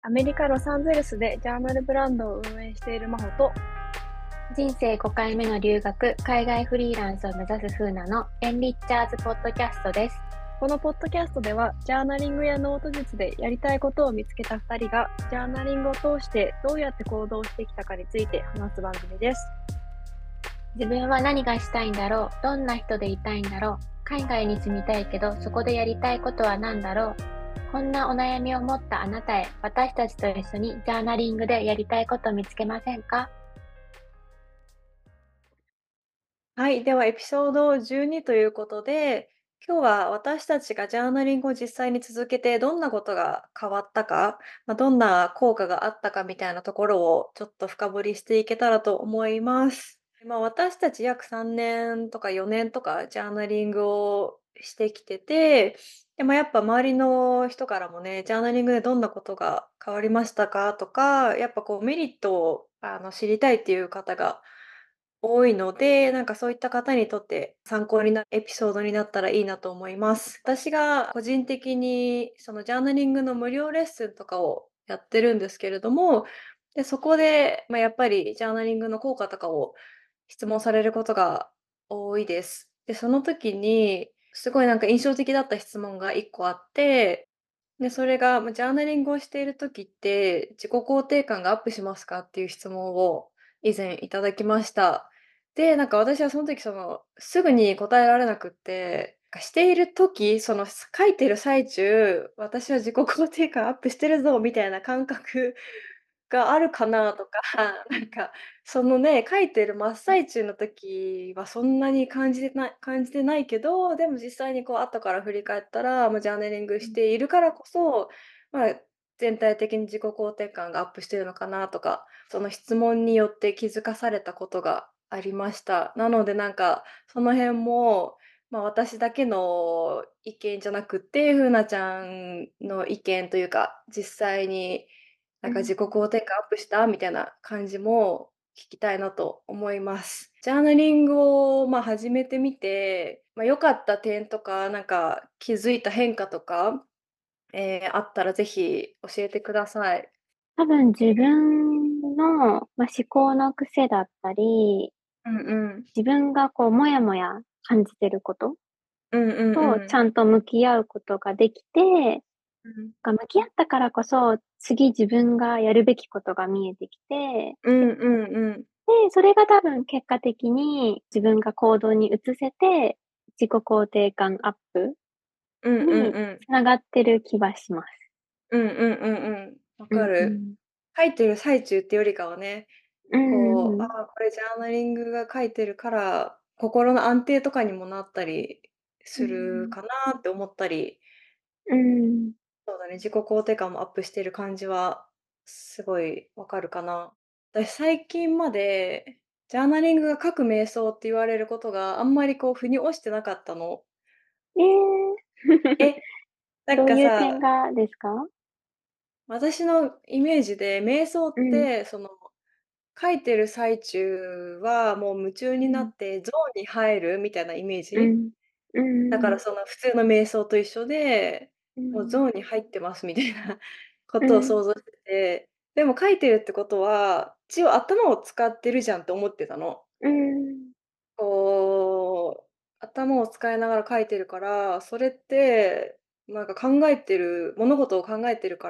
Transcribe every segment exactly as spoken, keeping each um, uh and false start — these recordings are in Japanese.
アメリカ・ロサンゼルスでジャーナルブランドを運営している真帆と、 人生ごかいめの留学、海外フリーランスを目指す風なのエンリッチャーズポッドキャストです。 このポッドキャストでは、ジャーナリングやノート術でやりたいことを見つけたふたりが、ジャーナリングを通してどうやって行動してきたかについて話す番組です。 自分は何がしたいんだろう、どんな人でいたいんだろう、海外に住みたいけどそこでやりたいことは何だろう。こんなお悩みを持ったあなたへ、私たちと一緒にジャーナリングでやりたいことを見つけませんか？ はい、ではエピソードじゅうにということで、今日は私たちがジャーナリングを実際に続けてどんなことが変わったか、まあ、どんな効果があったかみたいなところをちょっと深掘りしていけたらと思います。まあ、私たち約さんねんとかよねんとかジャーナリングをしてきてて、でもやっぱ周りの人からもね、ジャーナリングでどんなことが変わりましたかとか、やっぱこうメリットをあの知りたいっていう方が多いので、なんかそういった方にとって参考になるエピソードになったらいいなと思います。私が個人的にそのジャーナリングの無料レッスンとかをやってるんですけれども、で、そこで、まあ、やっぱりジャーナリングの効果とかを質問されることが多いです。で、その時にすごいなんか印象的だった質問がいっこあって、で、それが、ま、ジャーナリングをしている時って、自己肯定感がアップしますかっていう質問を以前いただきました。で、なんか私はその時その、すぐに答えられなくって、かしている時、その、す書いてる最中、私は自己肯定感アップしてるぞみたいな感覚があるかなとか、なんか、そのね、書いてる真っ最中の時はそんなに感じてない感じてないけど、でも実際にこう後から振り返ったら、ま、ジャーナリングしているからこそ、まあ、全体的に自己肯定感がアップしてるのかなとか、その質問によって気づかされたことがありました。なのでなんか、その辺も、ま、私だけの意見じゃなくって、風なちゃんの意見というか、実際になんかうん。 自己肯定感アップしたみたいな感じも聞きたいなと思います。ジャーナリングを、ま、始めてみて、ま、良かった点とか、なんか気づいた変化とか、ええ、あったらぜひ教えてください。 多分自分の、まあ、思考の癖だったり、 うんうん。 自分がこうもやもや感じてることうんうんと、 うん。 ちゃんと向き合うことができて、 うん。 が向き合ったからこそ、次自分がやるべきことが見えてきて、 うんうんうん。 で、それが多分結果的に自分が行動に移せて、自己肯定感アップうんうんにうん。 繋がってる気はします。 うんうんうんうん。わうんうかる。 ん。 書いてる最中ってよりかはね、 うんこう、あうん。 あ、これジャーナリングが書いてるから、心の安定とかにもなったりうするんかなって思ったり、 うん。 そうだね、自己肯定感もアップしてる感じはすごいわかるかな。私最近まで、ジャーナリングが書く瞑想って言われることがあんまりこう腑に落ちてなかったの。 ええ。 え、なんどういう点かさ、 がですか？ 私のイメージで瞑想うん。 って、その書いてる最中は、もう夢中になうん。 ってゾーンに入るみたいなイメージ？ うん。うんうんうん。 だからその普通の瞑想と一緒で、もううん。 ゾーンに入ってますみたいなことをうん。 想像してて、でも書いてるってことは、一応頭を使ってるじゃんって思ってたの。 うん。 こう、頭を使いながら書いてるから、それって、なんか考えてる物事を考えてるから、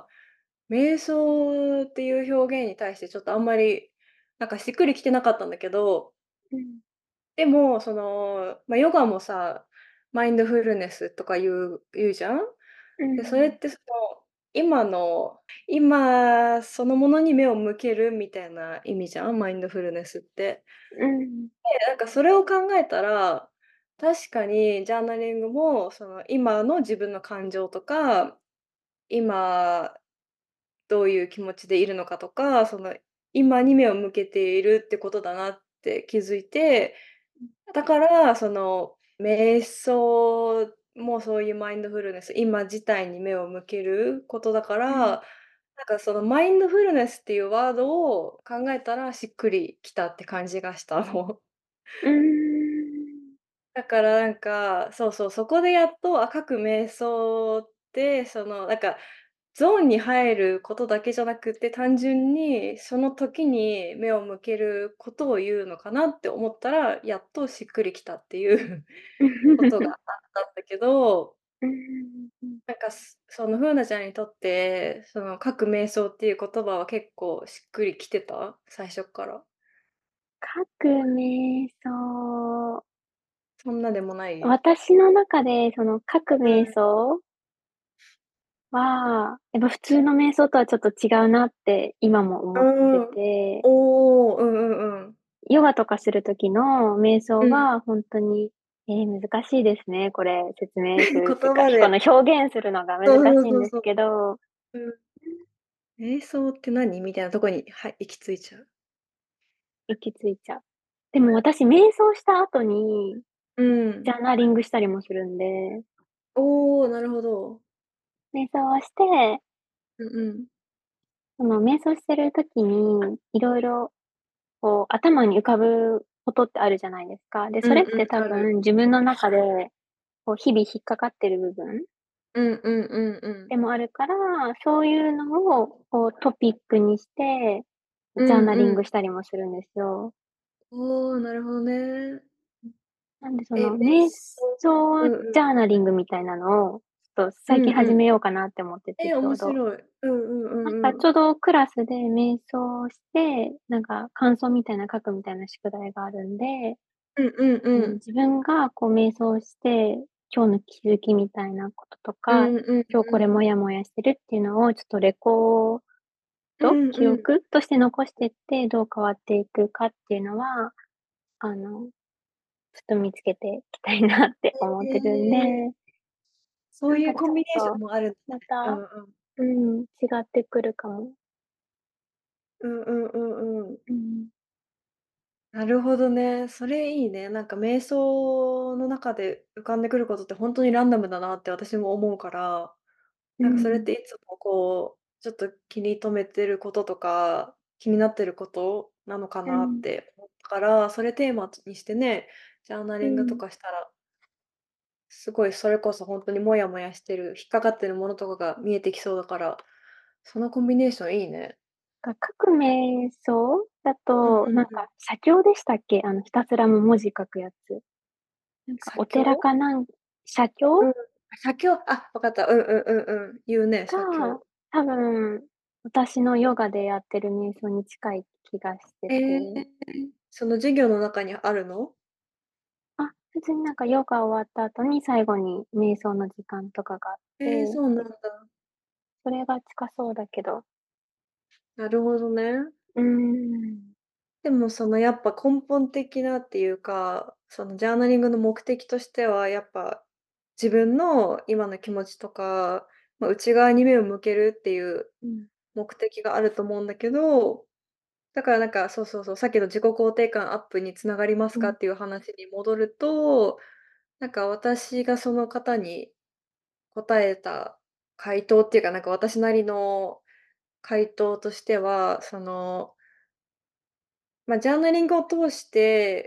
瞑想っていう表現に対してちょっとあんまり、なんかしっくりきてなかったんだけど、 うん。 でも、その、ま、ヨガもさ、マインドフルネスとか言う言うじゃん？ うで、それっん。 てその、今の今そのものに目を向けるみたいな意味じゃん？マインドフルネスって。 うん。 で、なんかそれを考えたら、確かにジャーナリングも、その今の自分の感情とか、今どういう気持ちでいるのかとか、その今に目を向けているってことだなって気づいて、だから、その瞑想もそういうマインドフルネス、今自体に目を向けることだから、 うん。 なんかそのマインドフルネスっていうワードを考えたらしっくりきたって感じがしたの。 うーん。 だからなんか、そうそう、そこでやっと、あ、書く瞑想って、そのなんかゾーンに入ることだけじゃなくて、単純にその時に目を向けることを言うのかなって思ったら、やっとしっくりきたっていうことがあったんだけど、 うん、うん。 なんか、すその風なちゃんにとって、その書く瞑想っていう言葉は結構しっくりきてた？最初っから。 書く瞑想、 そんなでもない？ 私の中でその書く瞑うん。 想は、やっぱ普通の瞑想とはちょっと違うなって今も思ってうーん。 て、 おお、うんうんうん。 ヨガとかする時の瞑想うん。 はほんとに、ええ、難しいですね、これ、説明するっていうか、 言葉でこの表現するのが難そうそうしいんですそうそう。 けど、 うん。瞑想って何？みたいなとこに、はい、行き着いちゃう。 行き着いちゃう。でも私、瞑想した後にうん。 ジャーナリングしたりもするんで、 おお、なるほど。 瞑想をして、 うんうん。 その瞑想してる時に、色々こう頭に浮かぶことってあるじゃないですか。で、 うんうん、 それって多ある。 分自分の中で、こう日々引っかかってる部分うんうんうんうん。 でもあるから、そういうのをこうトピックにして、 うジャーナリングんうん。 したりもするんですよ。 おお、なるほどね。 なんでそえ、瞑の瞑想想ジうんうん。 ャーナリングみたいなのを、ちょっと最近うんうん。 始めようかなって思ってて、 え、面ちょうど。 白い。うんうんなんうんうん。 かちょうどクラスで瞑想して、なんか感想みたいな書くみたいな宿題があるんで、 うんうんうん、 うん。 自分がこう瞑想して、今日の気づきみたいなこととか、 うんうん今日これうん。 モヤモヤしてるっていうのをちょっとレコーうド、記んうん。 録として残してって、どう変わっていくかっていうのは、あの、ちょっと見つけていきたいなって思ってるんで、 ええ、そういうなんかちょコンビネーショっと、 ンもあるんだまね。うた、 んうん。 うん、違ってくるかも。 うんうんうんうん。 うん。 なるほどね。それいいね。なんか瞑想の中で浮かんでくることってほんとにランダムだなって私も思うから、なんかそれっうん。 ていつもこう、ちょっと気に留めてることとか、気になってることなのかなっうん。 て思ったから、それテーマにしてね、ジャーナリングとうん。 かしたら、すごいそれこそほんとにモヤモヤしてる、引っかかってるものとかが見えてきそうだから、そのコンビネーションいいね。 が、書く瞑想だうんと、 うんうん。 なんか写経でしたっけ？あの、ひたすらも文字書くやつ。なんかお寺写経？ かなん写経うん。写経、あ、分かった。うんうんうんうん。言うね、写が、 経。 多分、私のヨガでやってる瞑想に近い気がしてええ、 て。 その授業の中にあるの？ あ、別になんかヨガ終わった後に最後に瞑想の時間とかがあっええ、 て、 そうなんだ。 それが近そうだけど。 なるほどね。 うーん。 でもそのやっぱ根本的なっていうか、そのジャーナリングの目的としては、やっぱ自分の今の気持ちとか、ま、内側に目を向けるっていううん。 目的があると思うんだけど、だからなんか、そうそうそう、さっきの自己肯定感アップに繋がりますうん。 かっていう話に戻ると、なんか私がその方に答えた回答っていうか、なんか私なりの回答としては、その、ま、ジャーナリングを通して、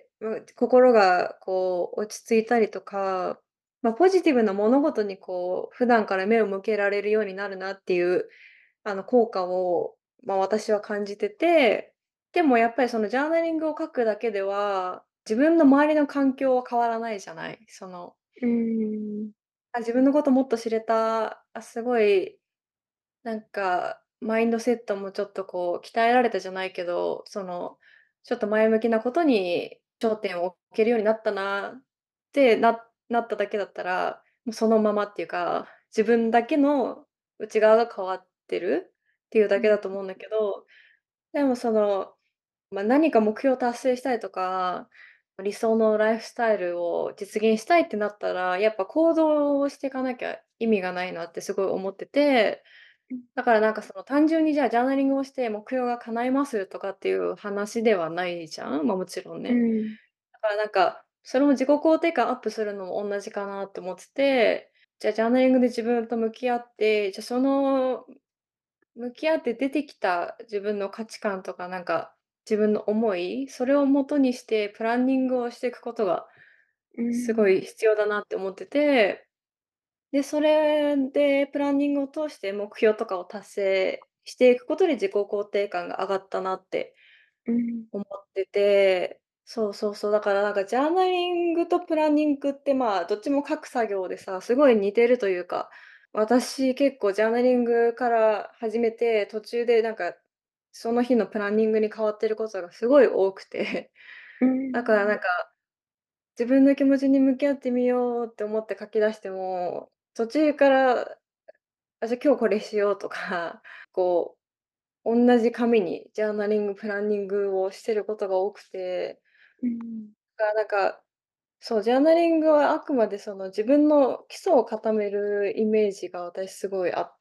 ま、心がこう落ち着いたりとか、ま、ポジティブな物事にこう普段から目を向けられるようになるなっていう、あの、効果を、ま、私は感じてて、でもやっぱりそのジャーナリングを書くだけでは、自分の周りの環境は変わらないじゃない。その、 うーん。 あ、自分のこともっと知れた、あ、すごいなんか、マインドセットもちょっとこう鍛えられたじゃないけど、その、ちょっと前向きなことに焦点を置けるようになったなってななっただけだったら、もうそのままっていうか、自分だけの内側が変わってるっていうだうん。 けだと思うんだけど、でもその、ま、何か目標を達成したいとか、理想のライフスタイルを実現したいってなったら、やっぱ行動をしていかなきゃ意味がないなってすごい思ってて、 うん。 だからなんかその単純にじゃあジャーナリングをして目標が叶いますとかっていう話ではないじゃん、ま、もちろんね。 うん。 だからなんか、それも自己肯定感アップするのも同じかなって思ってて、じゃあジャーナリングで自分と向き合って、じゃ、その向き合って出てきた自分の価値観とかなんか、自分の思い、それをもとにしてプランニングをしていくことがうーん。 すごい必要だなって思ってて、 で、それでプランニングを通して目標とかを達成していくことで自己肯定感が上がったなってうん。 思ってて、そうそうそう、だからなんかジャーナリングとプランニングって、まあ、どっちも書く作業でさ、すごい似てるというか、私結構ジャーナリングから始めて、途中でなんか、その日のプランニングに変わってることがすごい多くて、 うだからなんん。 か、自分の気持ちに向き合ってみようって思って書き出しても、途中から、あ、じゃ、今日これしようとか、こう同じ紙にジャーナリング、プランニングをしてることが多くて、 うん。 が、なんか、そう、ジャーナリングはあくまでその自分の基礎を固めるイメージが私すごいあって、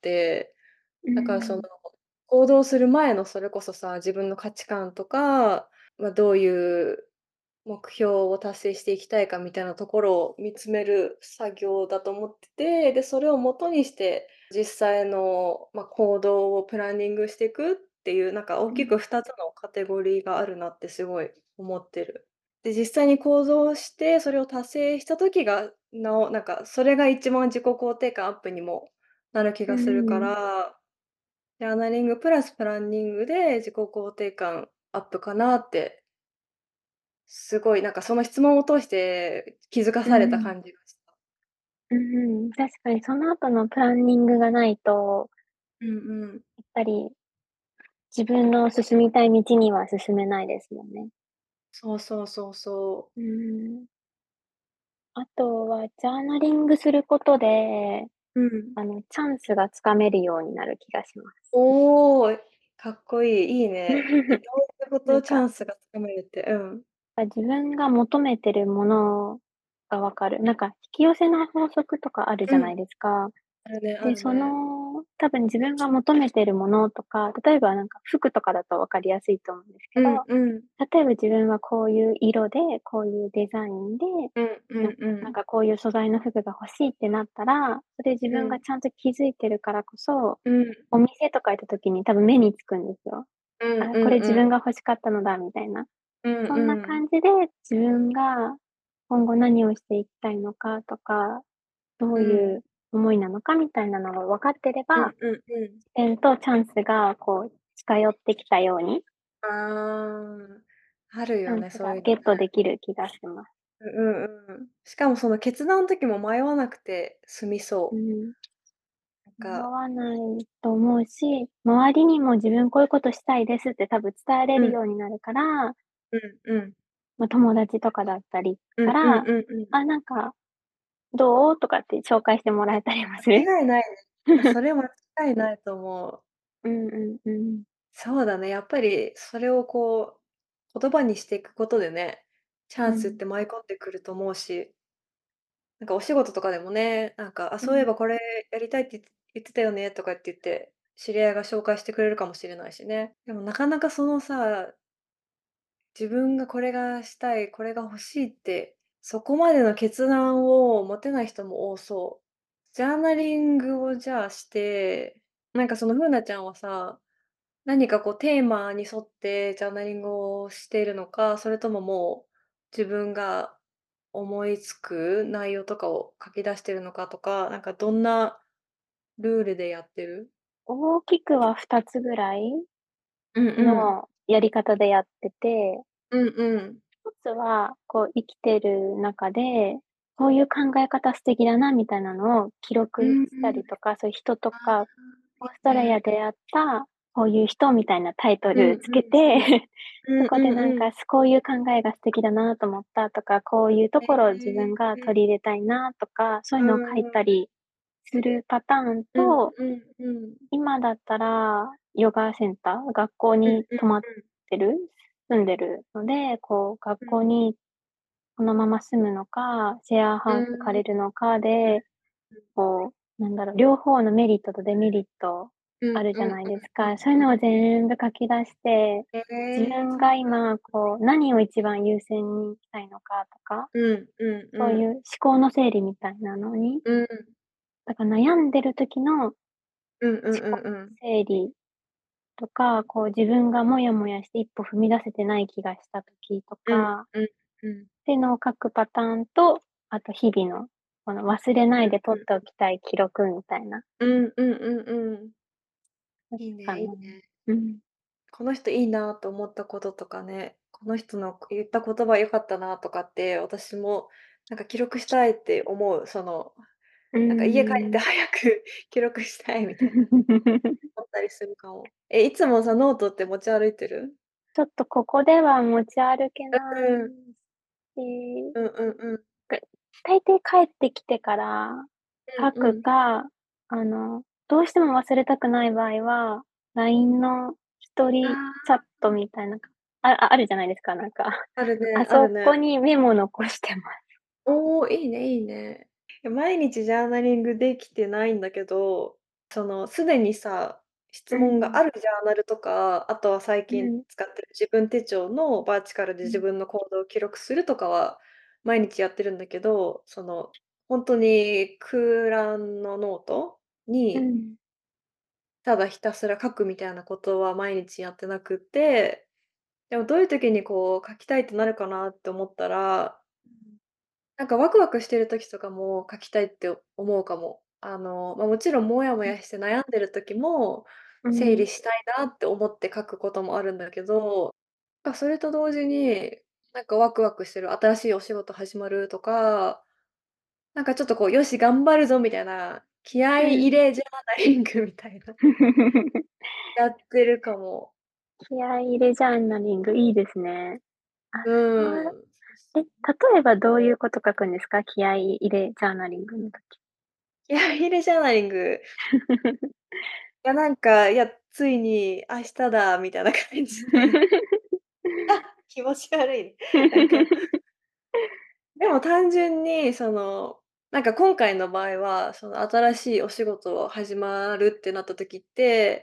うだからその、 ん。 行動する前のそれこそさ、自分の価値観とか、ま、どういう目標を達成していきたいかみたいなところを見つめる作業だと思ってて、で、それをもとにして、実際の、ま、行動をプランニングしていくっていう、なんか大うん。 きくふたつのカテゴリーがあるなってすごい思ってる。で、実際に行動して、それを達成した時が、なおなんかそれが一番自己肯定感アップにもなる気うがするかん。 ら、ジャーナリングプラスプランニングで自己肯定感アップかなってすごいなんかその質問を通して気づかされたうん。 感じがした。 うん、確かにその後のプランニングがないと、 うんうん。 やっぱり自分の進みたい道には進めないですもんね。 そうそうそうそう。 うん。あとはジャーナリングすることで、 うん。 あの、チャンスがつかめるようになる気がします。 おお、かっこいい、いいね。え、どういうこと？チャなんか、 ンスがつかめるって。うん。 あ、自分が求めてるものが分かる。なんか引き寄せの法則とかあるじゃないうん。 ですか。 あるねあで、そるね。 の、多分自分が求めてるものとか、例えばなんか服とかだと分かりやすいと思うんですけうんど、 うん。 例えば自分はこういう色で、こういうデザインで、 うんうなんうん。 なんかこういう素材の服が欲しいってなったら、それ自うん。 分がちゃんと気づいてるからこそ、 うん。 お店とか行った時に多分目につくんですよ。 うんあ、 うんうん。 これ自分が欲しかったのだみたいな。 うんそんなうん。 感じで、自分が今後何をしていきたいのかとか、どうん。 ういう思いなのかみたいなのが分かってれば、 うんうんうん。 自然とチャンスがこう近寄ってきたように、 ああ、あるよね、 チャンスそういうのね。 がゲットできる気がします。 うんうんうん。しかもその決断の時も迷わなくて済みそう。 うん。 なんか迷わないと思うし、周りにも自分こういうことしたいですって多分伝えれうん、 るようになるから、 うんうん。 ま、友達とかだったりうんうんから、 うんうん。 あ、なんか「どう？」とかって紹介してもらえたりもする。 間違いないね。いや、それ間違いないと思う。 うんうんうん。 そうだね、やっぱりそれをこう、言葉にしていくことでね、チャンスっうん。 て舞い込んでくると思うし、なんかお仕事とかでもね、なんか、あ、 うん。 そういえばこれやりたいって言って言ってたよねとかって言って、知り合いが紹介してくれるかもしれないしね。でもなかなかそのさ、自分がこれがしたい、これが欲しいって、そこまでの決断を持てない人も多そう。ジャーナリングをじゃあして、なんかその風なちゃんはさ、何かこうテーマに沿ってジャーナリングをしているのか、それとももう自分が思いつく内容とかを書き出してるのかとか、なんかどんなルールでやってる？ 大きくはふたつぐらいうんうん。 のやり方でやってて、 うんうん。 ひとつは、こう生きてる中で、こういう考え方素敵だなみたいなのを記録うんしたうん。 りとか、そういう人とああ、 か、オーストラリアいいね。 で会ったこういう人みたいなタイトうんルつけうんうん。 て、 うんそこでなんうんうん。 か、すこういう考えが素敵だなと思ったとか、こういうとへころを自分がえ。 取り入れたいなとか、そういううのを書いたん。 りするパターンうんと、 うんうん。 今だったらヨガセンター、学校うんうんに泊まっうん。 てる住んでるので、こう学うん。 校にこのまま住むのか、シェアうハウス借ん。 りるのかで、 うん。 こう、なんだろう、両方のメリットとデメリットうんうんうんあるじゃないですか。そういううんうん。 のを全部書き出して、 へえ、 自分そうなんが今こう、何を一番優先にしたいのかとか、 うんうんそういううん。 思考の整理みたいなのに、 うん。 だから悩んでる時の思うんうんう考んうん。 整理とか、こう自分がモヤモヤして一歩踏み出せてない気がした時とうんか、 うんうん。 っていうのを書くパターンと、あと日々のこの忘れないでうん。 取っておきたい記録みたいな。 うんうんうんうん。 確いいねいいかに。 ね。 うん。 この人いいなと思ったこととかね、この人の言った言葉良かったなとかって、私もなんか記録したいって思う。その、 うーなんか家帰ってん。 早く記録したいみたいな、あったりするかも。え、いつもさ、ノートって持ち歩いてる？ ちょっとここでは持ち歩けないうん。 し、 うんうんうん。 く大抵帰ってきてから書くうんうん。 か、あの、どうしても忘れたくない場合は、ライン の一あ人チャッあ、 トみたいなかあああるじゃないですか、なんか。 あるねあそあるね。 こにメモ残してます。 おお、いいねいいね。いや、毎日ジャーナリングできてないんだけど、その、すでにさ、質問がうん。 あるジャーナルとか、あとは最近うん。 使ってる自分手帳のバーチカルでうん。 自分の行動を記録するとかは、毎日やってるんだけど、その、ほんとに空欄のノートに、 うん。 ただひたすら書くみたいなことは毎日やってなくって、でもどういう時にこう書きたいってなるかなって思ったら、なんかワクワクしてる時とかも書きたいって思うかも。あの、ま、もちろんモヤモヤして悩んでる時も、 うん。 整理したいなって思って書くこともあるんだけど、ま、それと同時に、なんかワクワクしてる、新しいお仕事始まるとか、なんかちょっとこう、よし頑張るぞみたいな、気合い入うん。 れジャーナリングみたいな、やってるかも。 気合い入れジャーナリングいいですね。あ、 うそう、 ーん。 え、例えばどういうこと書くんですか？気合い入れジャーナリングの時。 気合い入れジャーナリング、いやなんか、いや、ついに明日だみたいな感じで気持ち悪いね。なんか、でも単純にその、なんか今回の場合は、その新しいお仕事始まるってなった時って、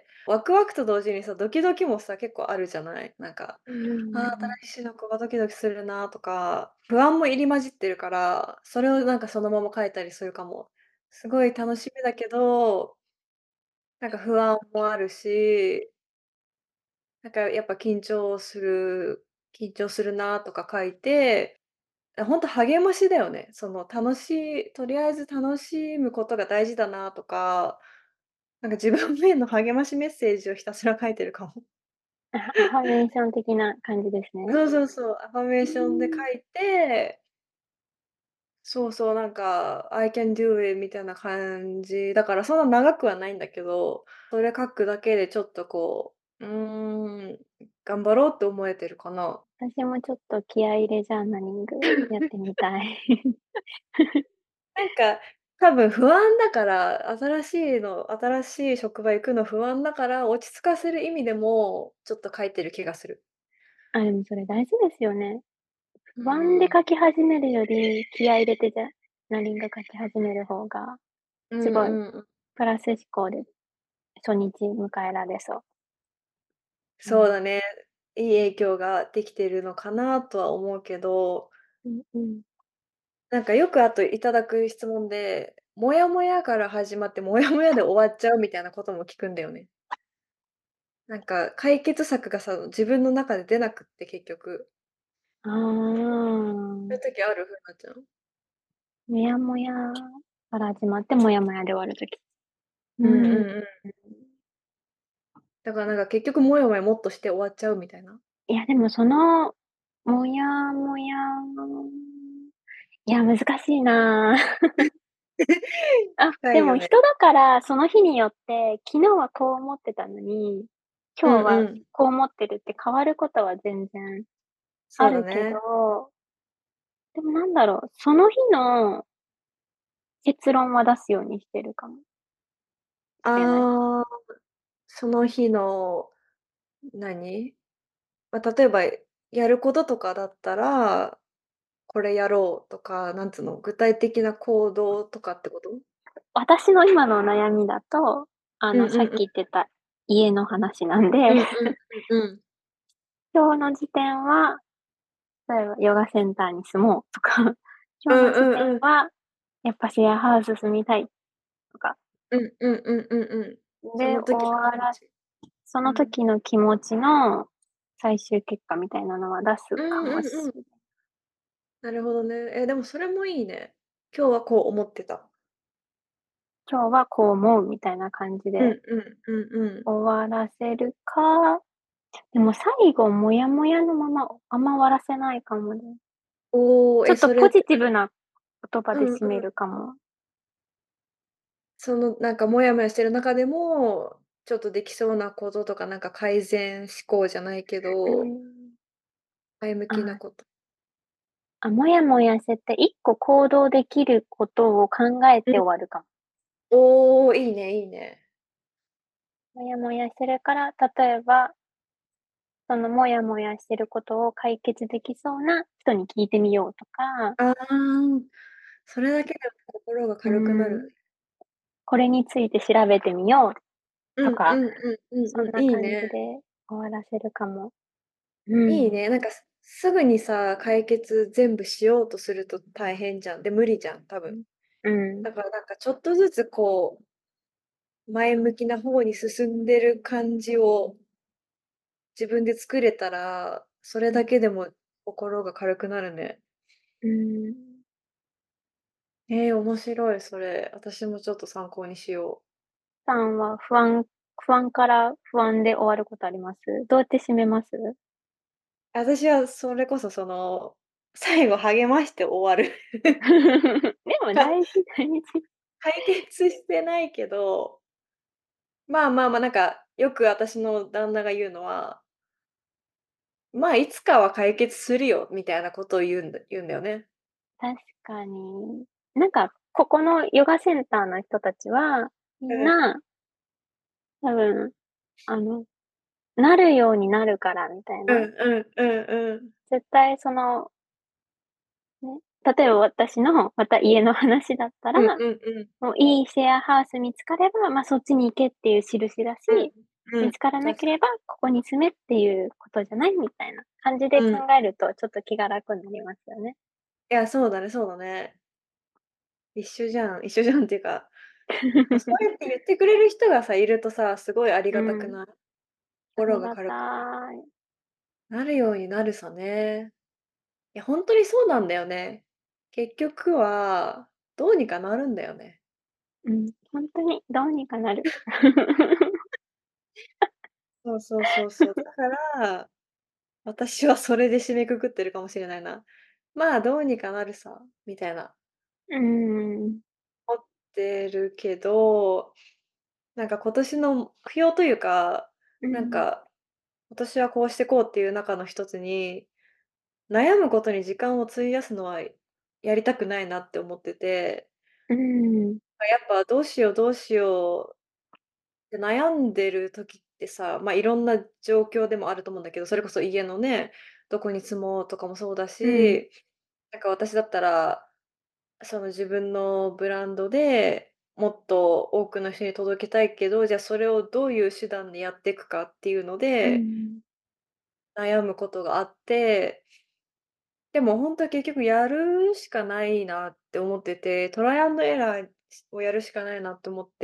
ワクワクと同時にさ、ドキドキもさ、結構あるじゃない？なんか、 うんうんああ、 うん。 新しい職場ドキドキするなとか、不安も入り混じってるから、それをなんかそのまま書いたりするかも。すごい楽しみだけど、なんか不安もあるし、なんかやっぱ緊張する緊張するなとか書いて、あ、ほんと励ましだよね。その楽しいとりあえず楽しむことが大事だなとか、なんか自分への励ましメッセージをひたすら書いてるかも。 あ、アファメーション的な感じですね。 そうそうそう、アファメうーションでーん。 書いて、そうそう、なんか、I can do it みたいな感じ、だからそんな長くはないんだけど、それ書くだけでちょっとこう、うーん、頑張ろうって思えてるかな。 私もちょっと気合い入れジャーナリングやってみたい。 なんか、多分不安だから、新しいの新しい職場行くの不安だから、落ち着かせる意味でも、ちょっと書いてる気がする。 あ、でもそれ大事ですよね。 う不安でーん。 書き始めるより、気合い入れてジャーナリング書き始める方が、 うんすごいうんうん。 プラス思考で初日迎えられそう。うん。 そうだね。いい影響ができてるのかなとは思うけど、 うんうん。 なんかよくあといただく質問で、モヤモヤから始まって、モヤモヤで終わっちゃうみたいなことも聞くんだよね。なんか解決策がさ、自分の中で出なくって結局。 ああ、 そういう時ある？ふうなちゃん。 もやもやから始まって、もやもやで終わる時。ううんーん。 うんうん。だからなんか結局モヤモヤもっとして終わっちゃうみたいな。 いや、でもその、もやもやいや、難しいな。あ、でも深いよね。 人だから、その日によって、昨日はこう思ってたのに、今日はうんうん。 こう思ってるって変わることは全然そうだあるけね。 ど、でもなんだろう、その日の結論は出すようにしてるかもしれない。 ああ、その日の何？ま、例えばやることとかだったら、これやろうとか、なんつうの、具体的な行動とかってこと？ 私の今の悩みだと、あの、さっうんうんうん。 き言ってた家の話なんで、 うんうんうんうん。 今日の時点は、例えばヨガセンターに住もうとか、今うん日の時うんうん。 点は、やっぱシェアハウス住みたいとか、 うんうんうんうんうん。そで、 の時の終わら気持ち。 そのうん。 時の気持ちの最終結果みたいなのは出すうんかもしうんうん。 れなるほどね。え、でもそれもいいね。 今日はこう思ってた。 今日はこう思うみたいな感じでうんうんうんうん。 終わらせるか、でも最後モヤモヤのままあんま終わらせないかもね。 おお、え、 ちょっとポそれってジティブな言葉うんうん。 で締めるかも。 その、なんかモヤモヤしてる中でも、ちょっとできそうなこととか、なんか改善志向じゃないけうーど、 ん。 前向きなあこと。 あ、もやもやしてて、一個行動できることを考えうん。 て終わるかも。 おお、いいねいいね。 もやもやしてるから、例えば、そのもやもやしてることを解決できそうな人に聞いてみようとか、 ああ、それだけでも心がうー軽くなる。 ん、これについて調べてみよううんうんとか、 うんうんうん、 そんないいね。 感じで終わらせるかも。うん、 いいね。なんか、すすぐにさ、解決全部しようとすると大変じゃん。で、無理じゃん、多分。 うん、うん、 だからなんかちょっとずつこう、前向きな方に進んでる感じを自分で作れたら、それうん、 だけでも心が軽くなるね。 うん。 ええ、面白い、それ。私もちょっと参考にしよう。 さんは不安不安から不安で終わることあります？どうやって締めます？ 私はそれこそその、最後励まして終わる。 でもか大事大事。 解決してないけど、まあまあまあ、なんか、よく私の旦那が言うのは、まあ、いつかは解決するよみたいなことを言うんだ言うんだよね。 確かに。なんか、ここのヨガセンターの人たちは、みうん。 んな、多分、あの、なるようになるからみたいな。 うんうんうんうん。 絶対その、ね、例えば私のまた家の話だったら、 うんうんうん。 もういいシェアハウス見つかれば、ま、そっちに行けっていう印だうん。 し、 うん。 見つからな確かければここに住めっていうことじゃないみたいな感じでに。うん。 考えると、ちょっと気が楽になりますよね。 いや、そうだねそうだね。一緒じゃん一緒じゃんっていうか、ま、そうやって言ってくれる人がさ、いるとさ、すごいありうん、 がたくない？ あ心りがたが軽くい。 なるようになるさね。いや、ほんとにそうなんだよね。結局は、どうにかなるんだよね。 うん、ほんとにどうにかなる。 そうそうそうそう。だから、私はそれで締めくくってるかもしれないな。まあ、どうにかなるさ、みたいな、 うーん。 思ってるけど、なんか今年の目標というか、 うん。 なんか、今年はこうしてこうっていう中の一つに、悩むことに時間を費やすのはやりたくないなって思ってて、 うーん。 やっぱどうしようどうしようって悩んでる時ってさ、ま、いろんな状況でもあると思うんだけど、それこそ家のね、どこに住もうとかもそうだうん。 し、なんか私だったら、その自分のブランドで、もっと多くの人に届けたいけど、じゃあそれをどういう手段でやっていくかっていうのうで、 ん。 悩むことがあって、でもほんとは結局やるしかないなって思ってて、トライアンドエラーをやるしかないなって思って、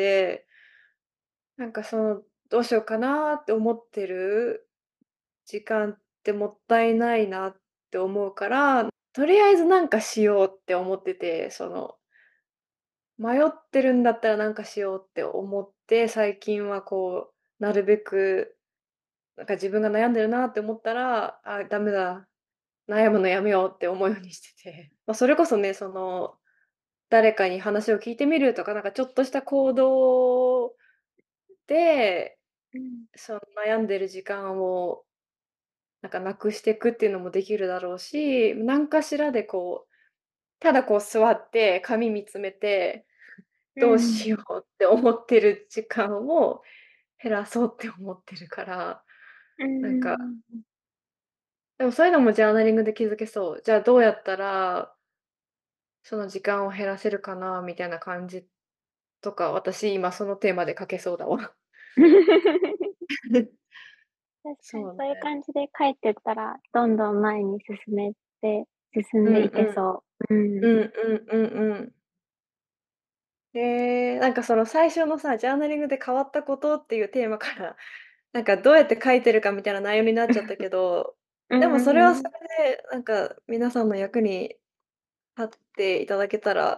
なんかその、どうしようかなって思ってる時間ってもったいないなって思うから、とりあえずなんかしようって思ってて、その、迷ってるんだったらなんかしようって思って、最近はこう、なるべく、なんか自分が悩んでるなって思ったら、あ、ダメだ、悩むのやめようって思うようにしてて。ま、それこそね、その、誰かに話を聞いてみるとか、なんかちょっとした行動で、 うん。 その悩んでる時間をなんかなくしていくっていうのもできるだろうし、なんかしらでこう、ただこう座って紙見つめて、どううん。 しようって思ってる時間を減らそうって思ってるから、 うーなんか、 ん。 でもそういうのもジャーナリングで気づけそう。じゃあどうやったら、その時間を減らせるかなみたいな感じとか、私今そのテーマで書けそうだわ。 確かにそういうそうね。 感じで書いてったら、どんどん前に進めて進うんんでいけうん。 そう。うん。 うんうんうんうん。ええ、なんかその最初のさ、ジャーナリングで変わったことっていうテーマから、なんかどうやって書いてるかみたいな内容になっちゃったけど、 うでもそれはそん。 れで、なんか皆さんの役に立っていただけたら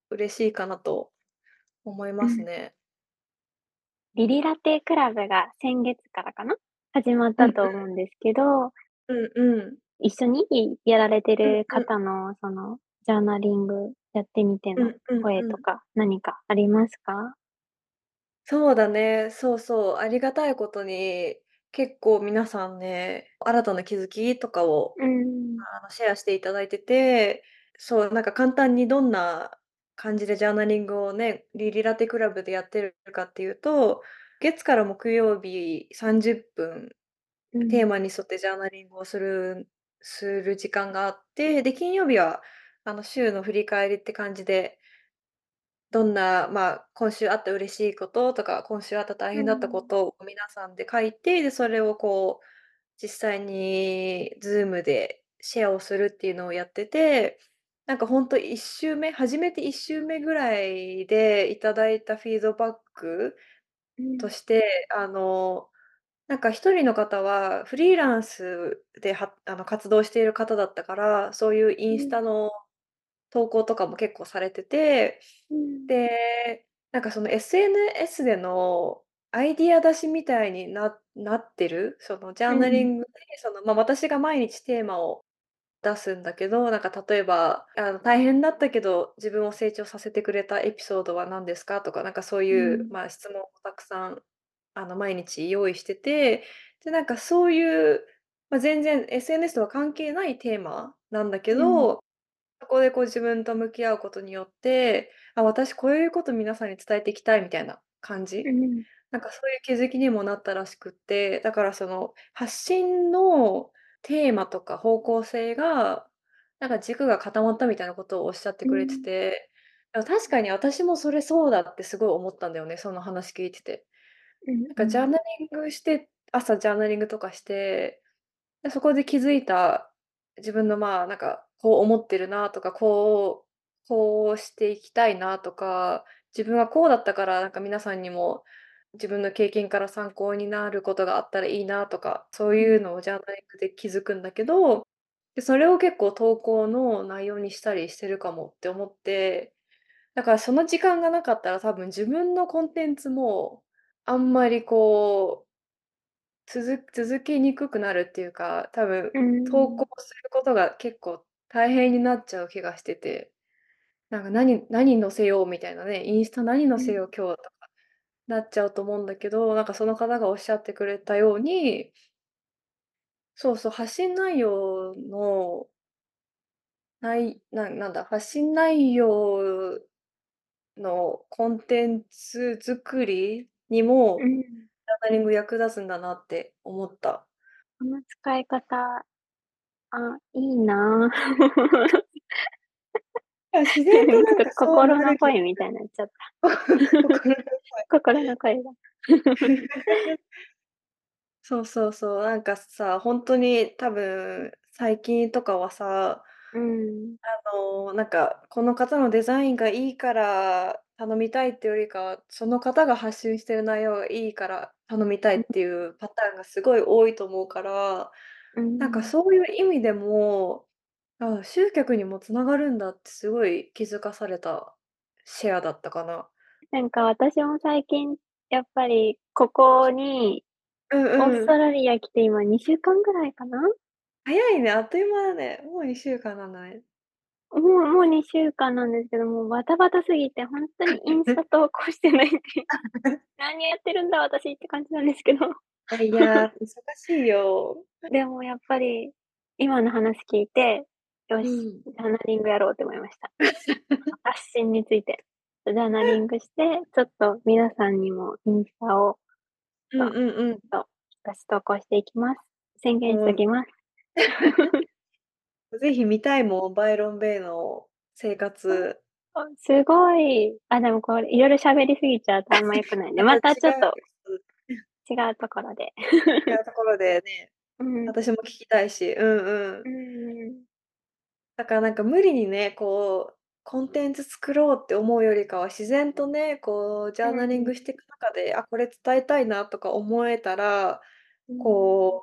嬉しいかなと思いうん。 ますね。 リリラテクラブが先月からかな、始まっうんうん。 たと思うんですけど、 うんうん。 一緒にやられてうんるうん。 方のそのジャーナリングやってみてのうんうんうん。 声とか何かありますか？ そうだね。そうそう。ありがたいことに、結構皆さんね、新たな気づきとかを、 うーん。 あの、シェアしていただいてて、そう、なんか簡単にどんな感じでジャーナリングをね、リリラテクラブでやってるかっていうと、月から木曜日さんじゅっぷんうん。 テーマに沿ってジャーナリングをするする時間があって、で、金曜日はあの、週の振り返りって感じで、どんな、まあ、今週あった嬉しいこととか、今週あった大う変だったこん。 とを皆さんで書いて、で、それをこう、実際に Zoom でシェアをするっていうのをやってて、なんかほんといっ週目、始めていっ週目ぐらいでいただいたフィードバックうん。 として、あの、なんか一人の方はフリーランスではあの、活動している方だったから、そういうインスうん。 タの投稿とかも結構されてて、 うん。 で、なんかその エスエヌエス でのアイディア出しみたいにななってる、そのジャーうん。 ナリングで、その、ま、私が毎日テーマを出すんだけど、なんか例えば、あの、大変だったけど、自分を成長させてくれたエピソードは何ですかとか、なんかそういう、 うん。 まあ、質問をたくさん、あの、毎日用意してて、で、なんかそういう、ま、全然 エスエヌエス とは関係ないテーマなんだけうん。 ど、そこでこう自分と向き合うことによって、あ、私こういうこと皆さんに伝えていきたいみたいな感じ。 うん。 なんかそういう気づきにもなったらしくって、だからその発信のテーマとか方向性が、なんか軸が固まったみたいなことをおっしゃってくれてうん。 て、でも確かに私もそれそうだってすごい思ったんだよね、その話聞いてて。 うんなんうん。 かジャーナリングして、朝ジャーナリングとかして、で、そこで気づいた自分の、まあ、なんか、こう思ってるなとか、こうこうしていきたいなとか、自分はこうだったから、なんか皆さんにも自分の経験から参考になることがあったらいいなとか、そううん。 いうのをジャーナリングで気づくんだけど、で、それを結構投稿の内容にしたりしてるかもって思って、だからその時間がなかったら多分自分のコンテンツも、あんまりこうつづ続けにくくなるっていうか、多分うん。 投稿することが結構大変になっちゃう気がしてて、なんか何何載せようみたいなね、インスタ何載うん。 せよう今日とかなっちゃうと思うんだけど、なんかその方がおっしゃってくれたように、そうそう、発信内容の、ないななんだ、発信内容のコンテンツ作りにも、 うん。 ジャーナリング役立つんだなって思った。 この使い方、あ、いいな。 いや、自然とちょっとなんかそう心のなる気が声みたいになっちゃった。 心の声。 心の声が。 そうそうそう、なんかさ、ほんとに多分最近とかはさ、 うん。 あの、なんかこの方のデザインがいいから頼みたいっていうよりかは、その方が発信してる内容がいいから頼みたいうん。 っていうパターンがすごい多いと思うから、 うなんかん。 そういう意味でも、あ、集客にも繋がるんだってすごい気づかされたシェアだったかな。 なんか私も最近、やっぱりここにうんオースうん。 トラリア来て今にしゅうかんぐらいかな？ 早いね、あっという間だね。もうにしゅうかんなんだね。 もうもうにしゅうかんなんですけど、もうバタバタすぎてほんとにインスタ投稿してないっていう、何やってるんだ私って感じなんですけど。 いやいや、忙しいよ。 でもやっぱり、今の話聞いて、よし、 うん。 ジャーナリングやろうって思いました。発信について。ジャーナリングして、ちょっと皆さんにもインスタを、 うんと、 うんうん。 と、私投稿していきます。宣言しもう、 ときます。 ぜひ見たいもん、バイロンベイの生活。 あ、すごい。あ、でもこれ、いろいろ喋りすぎちゃうとあんま良くないんで、ままた違う、 たちょっとうん、 違うところで。 違うところでね、 うん。 私も聞きたいし、うんうん。 うん。 だからなんか無理にね、こう、コンテンツ作ろうって思うよりかは、自然とね、こうジャーナリンうん。 グしていく中で、あ、これ伝えたいなとか思えたら、 うん。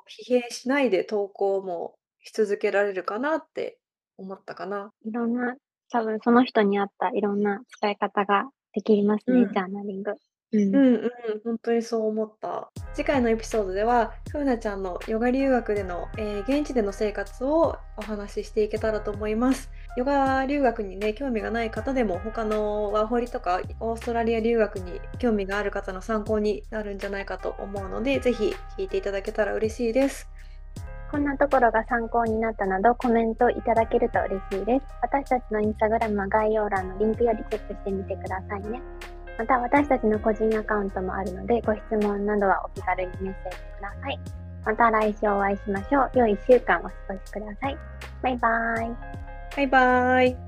こう疲弊しないで投稿もし続けられるかなって思ったかな。 いろんな多分その人に合ったいろんな使い方ができますね、 うん。 ジャーナリング。うん。 うんうん、本当にそう思った。次回のエピソードでは、ふうなちゃんのヨガ留学での、えー現地での生活をお話ししていけたらと思います。ヨガ留学にね、興味がない方でも、他のワーホリとかオーストラリア留学に興味がある方の参考になるんじゃないかと思うので、ぜひ聞いていただけたら嬉しいです。 こんなところが参考になったなどコメントいただけると嬉しいです。私たちのインスタグラムは概要欄のリンクよりチェックしてみてくださいね。また私たちの個人アカウントもあるので、ご質問などはお気軽にメッセージください。また来週お会いしましょう。良いいっしゅうかんお過ごしください。バイバーイ。 バイバーイ。